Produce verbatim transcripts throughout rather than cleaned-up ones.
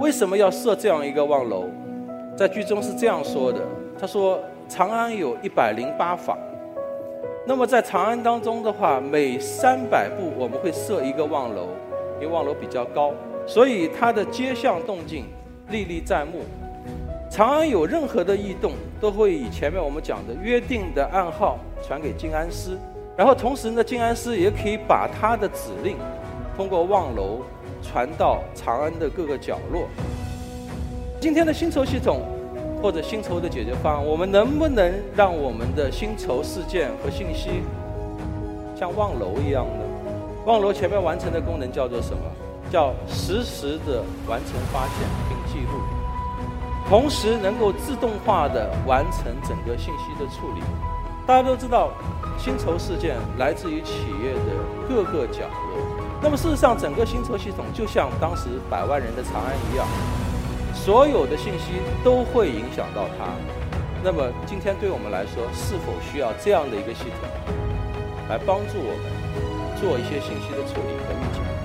为什么要设这样一个望楼？在剧中是这样说的，他说长安有一百零八坊，那么在长安当中的话，每三百步我们会设一个望楼，因为望楼比较高，所以它的街巷动静历历在目。长安有任何的异动，都会以前面我们讲的约定的暗号传给静安司，然后同时呢，静安司也可以把他的指令通过望楼传到长安的各个角落。今天的薪酬系统或者薪酬的解决方案，我们能不能让我们的薪酬事件和信息像望楼一样呢？望楼前面完成的功能叫做什么？叫实时的完成发现并记录，同时能够自动化的完成整个信息的处理。大家都知道，薪酬事件来自于企业的各个角落。那么事实上，整个薪酬系统就像当时百万人的长安一样，所有的信息都会影响到它。那么今天对我们来说，是否需要这样的一个系统来帮助我们做一些信息的处理和预警？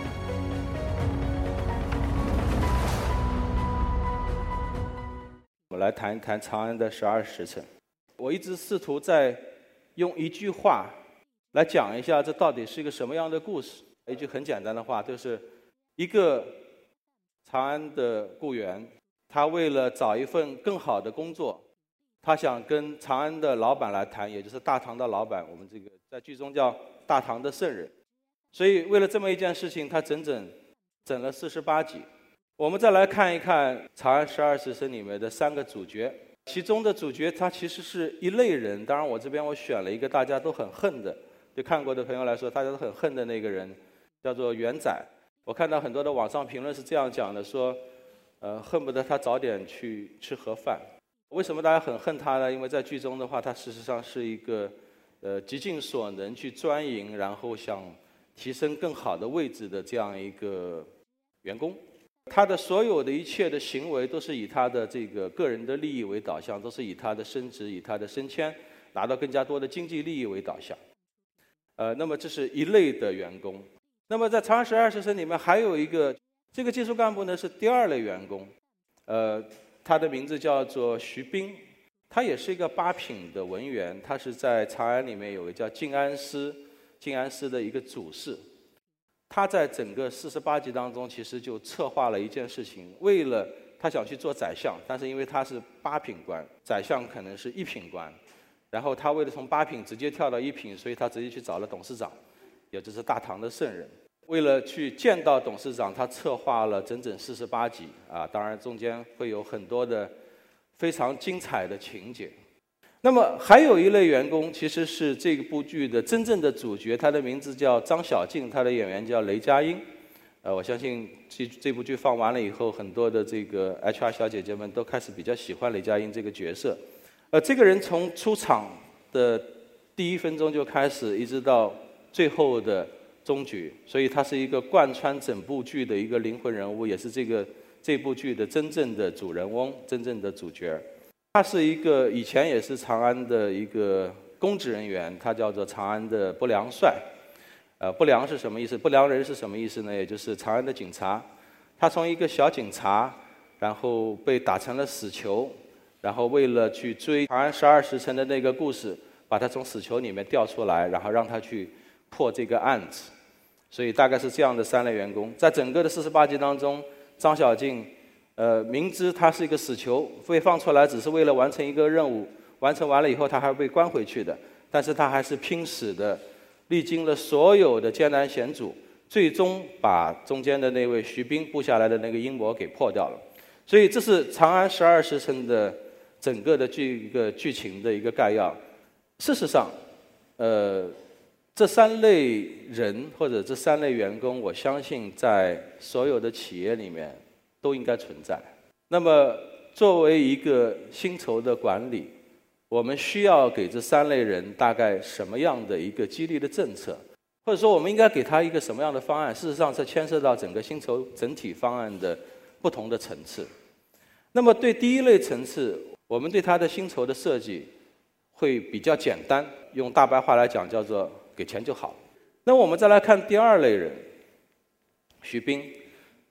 我们来谈一谈长安的十二时辰。我一直试图在用一句话来讲一下，这到底是一个什么样的故事。一句很简单的话，就是一个长安的雇员，他为了找一份更好的工作，他想跟长安的老板来谈，也就是大唐的老板，我们这个在剧中叫大唐的圣人。所以为了这么一件事情，他整整整了四十八集。我们再来看一看《长安十二时辰》里面的三个主角，其中的主角他其实是一类人。当然，我这边我选了一个大家都很恨的，对看过的朋友来说，大家都很恨的那个人，叫做元载。我看到很多的网上评论是这样讲的，说，呃，恨不得他早点去吃盒饭。为什么大家很恨他呢？因为在剧中的话，他事实上是一个，呃，极尽所能去专营，然后想提升更好的位置的这样一个员工。他的所有的一切的行为都是以他的这个个人的利益为导向，都是以他的升职、以他的升迁，拿到更加多的经济利益为导向。呃，那么这是一类的员工。那么在《长安十二时辰》里面还有一个，这个技术干部呢是第二类员工，呃，他的名字叫做徐彬，他也是一个八品的文员，他是在长安里面有个叫静安司，静安司的一个主事。他在整个四十八集当中，其实就策划了一件事情，为了他想去做宰相，但是因为他是八品官，宰相可能是一品官，然后他为了从八品直接跳到一品，所以他直接去找了董事长，也就是大唐的圣人。为了去见到董事长，他策划了整整四十八集啊，当然中间会有很多的非常精彩的情节。那么还有一类员工，其实是这部剧的真正的主角，他的名字叫张小静，他的演员叫雷佳音。呃，我相信这这部剧放完了以后，很多的这个 H R 小姐姐们都开始比较喜欢雷佳音这个角色。呃，这个人从出场的第一分钟就开始，一直到最后的终局，所以他是一个贯穿整部剧的一个灵魂人物，也是这个这部剧的真正的主人翁，真正的主角。他是一个以前也是长安的一个公职人员，他叫做长安的不良帅。呃，不良是什么意思？不良人是什么意思呢？也就是长安的警察。他从一个小警察，然后被打成了死囚，然后为了去追长安十二时辰的那个故事，把他从死囚里面调出来，然后让他去破这个案子。所以大概是这样的三类员工。在整个的四十八集当中，张小静呃，明知他是一个死囚，被放出来只是为了完成一个任务，完成完了以后他还会被关回去的，但是他还是拼死的，历经了所有的艰难险阻，最终把中间的那位徐彬布下来的那个阴谋给破掉了。所以这是《长安十二时辰》的整个的剧一个剧情的一个概要。事实上，呃，这三类人或者这三类员工，我相信在所有的企业里面都应该存在。那么作为一个薪酬的管理，我们需要给这三类人大概什么样的一个激励的政策，或者说我们应该给他一个什么样的方案？事实上这牵涉到整个薪酬整体方案的不同的层次。那么对第一类层次，我们对他的薪酬的设计会比较简单，用大白话来讲叫做给钱就好。那我们再来看第二类人，徐彬。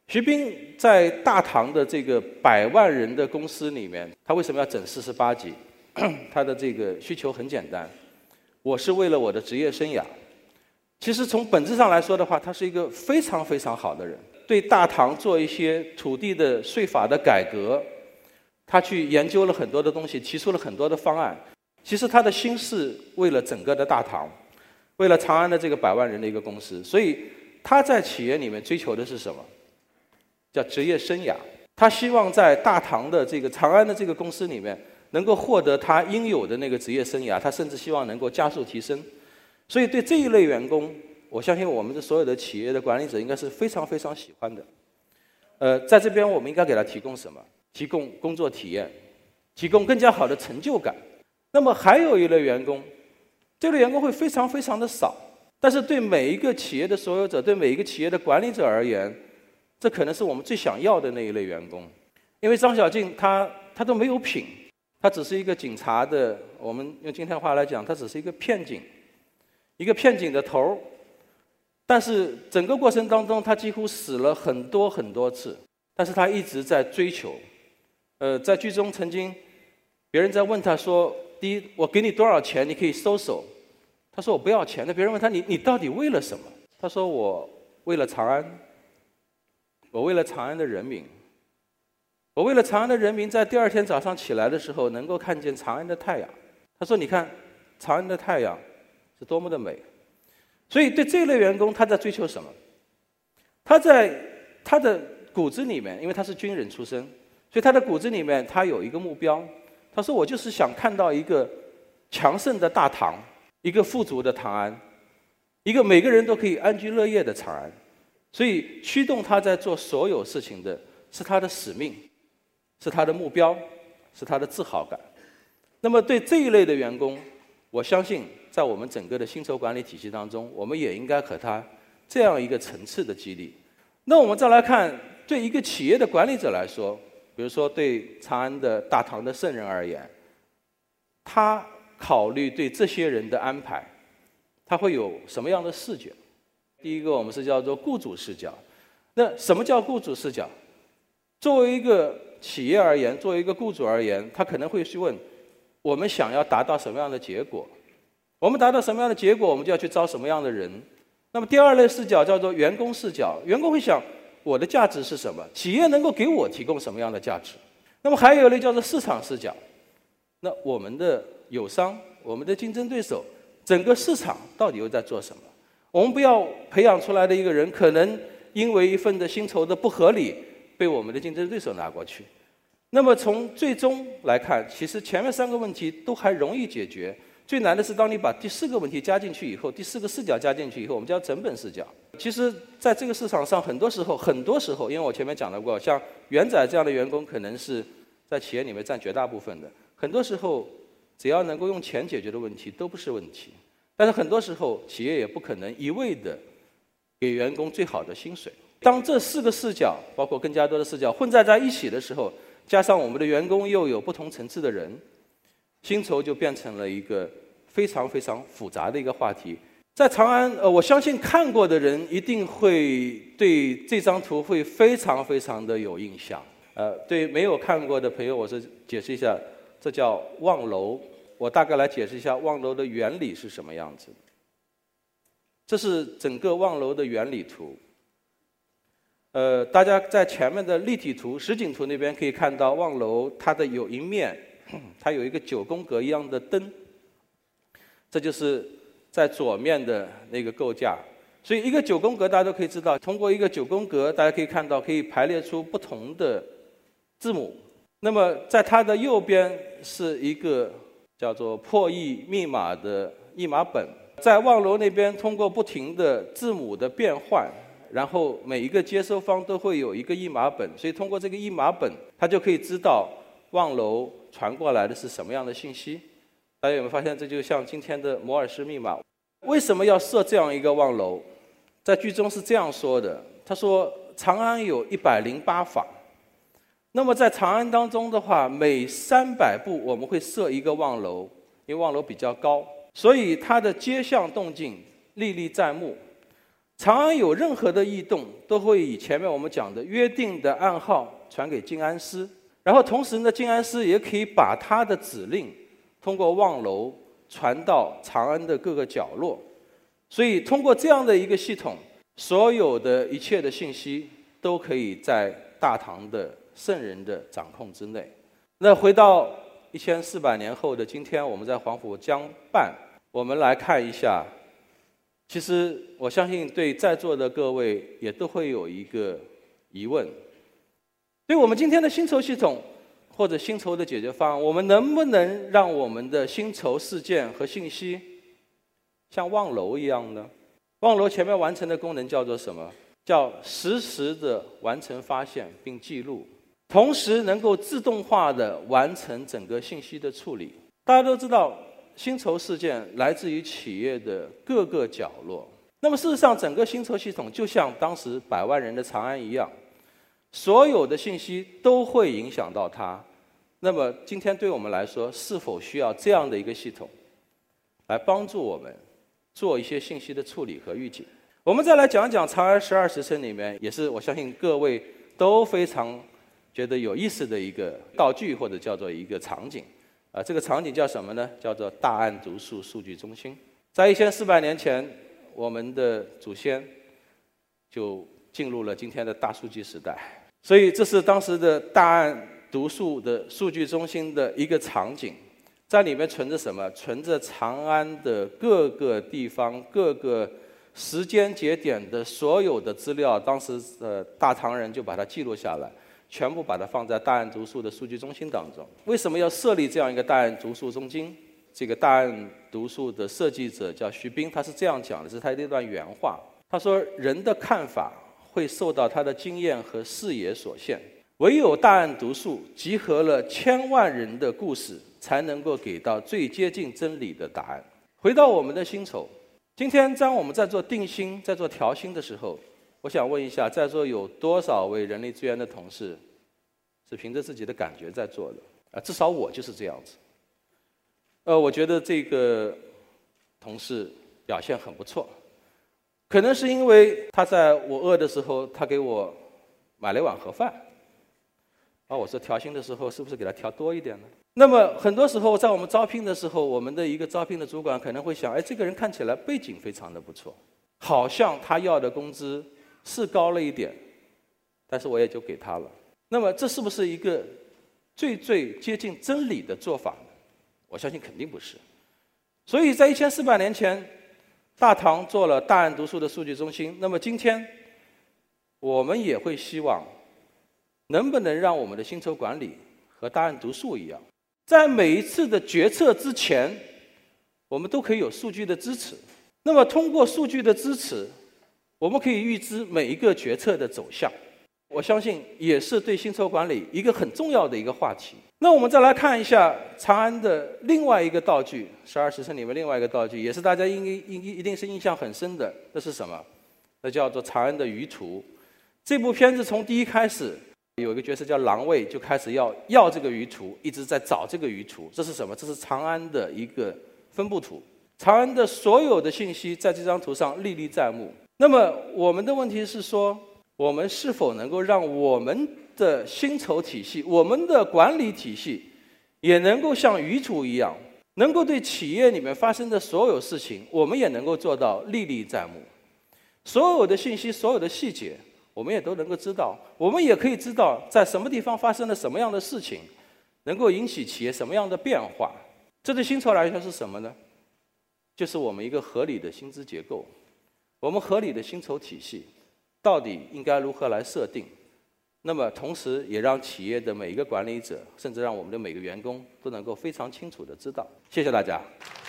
徐斌在大唐的这个百万人的公司里面，他为什么要整四十八集？他的这个需求很简单，我是为了我的职业生涯。其实从本质上来说的话，他是一个非常非常好的人，对大唐做一些土地的税法的改革，他去研究了很多的东西，提出了很多的方案。其实他的心是为了整个的大唐，为了长安的这个百万人的一个公司，所以他在企业里面追求的是什么？叫职业生涯。他希望在大唐的这个长安的这个公司里面，能够获得他应有的那个职业生涯，他甚至希望能够加速提升。所以对这一类员工，我相信我们的所有的企业的管理者应该是非常非常喜欢的。呃，在这边我们应该给他提供什么？提供工作体验，提供更加好的成就感。那么还有一类员工，这类员工会非常非常的少，但是对每一个企业的所有者，对每一个企业的管理者而言，这可能是我们最想要的那一类员工。因为张小敬他他都没有品，他只是一个警察的，我们用今天话来讲，他只是一个骗警，一个骗警的头儿。但是整个过程当中，他几乎死了很多很多次，但是他一直在追求。呃，在剧中曾经，别人在问他说：“第一，我给你多少钱，你可以收手？”他说：“我不要钱。”那别人问他：“你你到底为了什么？”他说：“我为了长安，我为了长安的人民，我为了长安的人民，在第二天早上起来的时候，能够看见长安的太阳。”他说：“你看，长安的太阳是多么的美。”所以对这类员工，他在追求什么？他在他的骨子里面，因为他是军人出身，所以他的骨子里面他有一个目标。他说：“我就是想看到一个强盛的大唐，一个富足的长安，一个每个人都可以安居乐业的长安。”所以驱动他在做所有事情的是他的使命，是他的目标，是他的自豪感。那么对这一类的员工，我相信在我们整个的薪酬管理体系当中，我们也应该和他这样一个层次的激励。那我们再来看，对一个企业的管理者来说，比如说对长安的大唐的圣人而言，他考虑对这些人的安排，他会有什么样的视角？第一个，我们是叫做雇主视角。那什么叫雇主视角？作为一个企业而言，作为一个雇主而言，他可能会去问：我们想要达到什么样的结果？我们达到什么样的结果，我们就要去招什么样的人。那么第二类视角叫做员工视角，员工会想：我的价值是什么？企业能够给我提供什么样的价值？那么还有一类叫做市场视角，那我们的友商、我们的竞争对手，整个市场到底又在做什么？我们不要培养出来的一个人，可能因为一份的薪酬的不合理，被我们的竞争对手拿过去。那么从最终来看，其实前面三个问题都还容易解决，最难的是当你把第四个问题加进去以后，第四个视角加进去以后，我们叫成本视角。其实在这个市场上，很多时候很多时候因为我前面讲到过，像元仔这样的员工可能是在企业里面占绝大部分的，很多时候只要能够用钱解决的问题都不是问题。但是很多时候企业也不可能一味的给员工最好的薪水。当这四个视角包括更加多的视角混在在一起的时候，加上我们的员工又有不同层次的人，薪酬就变成了一个非常非常复杂的一个话题。在长安，呃，我相信看过的人一定会对这张图会非常非常的有印象。呃，对没有看过的朋友，我是解释一下，这叫望楼。我大概来解释一下望楼的原理是什么样子。这是整个望楼的原理图。呃，大家在前面的立体图、实景图那边可以看到，望楼它的有一面，它有一个九宫格一样的灯，这就是在左面的那个构架。所以一个九宫格大家都可以知道，通过一个九宫格，大家可以看到可以排列出不同的字母。那么在它的右边是一个叫做破译密码的译码本，在望楼那边通过不停的字母的变换，然后每一个接收方都会有一个译码本，所以通过这个译码本，它就可以知道望楼传过来的是什么样的信息。大家有没有发现，这就像今天的摩尔斯密码？为什么要设这样一个望楼？在剧中是这样说的，他说长安有一百零八坊，那么在长安当中的话，每三百步我们会设一个望楼，因为望楼比较高，所以它的街巷动静历历在目。 长安有任何的异动，都会以前面我们讲的约定的暗号传给静安司，然后同时呢，静安司也可以把他的指令通过望楼传到长安的各个角落。所以通过这样的一个系统，所有的一切的信息都可以在大唐的圣人的掌控之内。那回到一千四百年后的今天，我们在黄埔江办，我们来看一下。其实我相信对在座的各位也都会有一个疑问，对我们今天的薪酬系统或者薪酬的解决方案，我们能不能让我们的薪酬事件和信息像望楼一样呢？望楼前面完成的功能叫做什么？叫实时的完成发现并记录，同时能够自动化的完成整个信息的处理。大家都知道，薪酬事件来自于企业的各个角落。那么事实上，整个薪酬系统就像当时百万人的长安一样，所有的信息都会影响到它。那么今天对我们来说，是否需要这样的一个系统来帮助我们做一些信息的处理和预警？我们再来讲讲长安十二时辰里面，也是我相信各位都非常觉得有意思的一个道具，或者叫做一个场景。啊，这个场景叫什么呢？叫做大案读数数据中心。在一千四百年前，我们的祖先就进入了今天的大数据时代，所以这是当时的大案读数的数据中心的一个场景。在里面存着什么？存着长安的各个地方、各个时间节点的所有的资料。当时呃，大唐人就把它记录下来。全部把它放在大案读数的数据中心当中。为什么要设立这样一个大案读数中心？这个大案读数的设计者叫徐冰，他是这样讲的，这是他的一段原话。他说：“人的看法会受到他的经验和视野所限，唯有大案读数集合了千万人的故事，才能够给到最接近真理的答案。”回到我们的薪酬，今天当我们在做定薪、在做调薪的时候，我想问一下，在座有多少位人力资源的同事是凭着自己的感觉在做的？啊，至少我就是这样子。呃，我觉得这个同事表现很不错，可能是因为他在我饿的时候，他给我买了一碗盒饭。啊，我说调薪的时候是不是给他调多一点呢？那么很多时候在我们招聘的时候，我们的一个招聘的主管可能会想：哎，这个人看起来背景非常的不错，好像他要的工资是高了一点，但是我也就给他了。那么这是不是一个最最接近真理的做法呢？我相信肯定不是。所以在一千四百年前，大唐做了大案读数的数据中心。那么今天，我们也会希望，能不能让我们的薪酬管理和大案读数一样，在每一次的决策之前，我们都可以有数据的支持。那么通过数据的支持，我们可以预知每一个决策的走向。我相信也是对薪酬管理一个很重要的一个话题。那我们再来看一下长安的另外一个道具，十二时辰里面另外一个道具，也是大家应应一定是印象很深的。那是什么？那叫做长安的舆图。这部片子从第一开始，有一个角色叫狼卫，就开始要要这个舆图，一直在找这个舆图。这是什么？这是长安的一个分布图。长安的所有的信息在这张图上历历在目。那么我们的问题是说，我们是否能够让我们的薪酬体系、我们的管理体系，也能够像舆图一样，能够对企业里面发生的所有事情，我们也能够做到历历在目。所有的信息、所有的细节，我们也都能够知道。我们也可以知道在什么地方发生了什么样的事情，能够引起企业什么样的变化。这对薪酬来说是什么呢？就是我们一个合理的薪资结构，我们合理的薪酬体系到底应该如何来设定？那么同时也让企业的每一个管理者，甚至让我们的每个员工都能够非常清楚地知道。谢谢大家。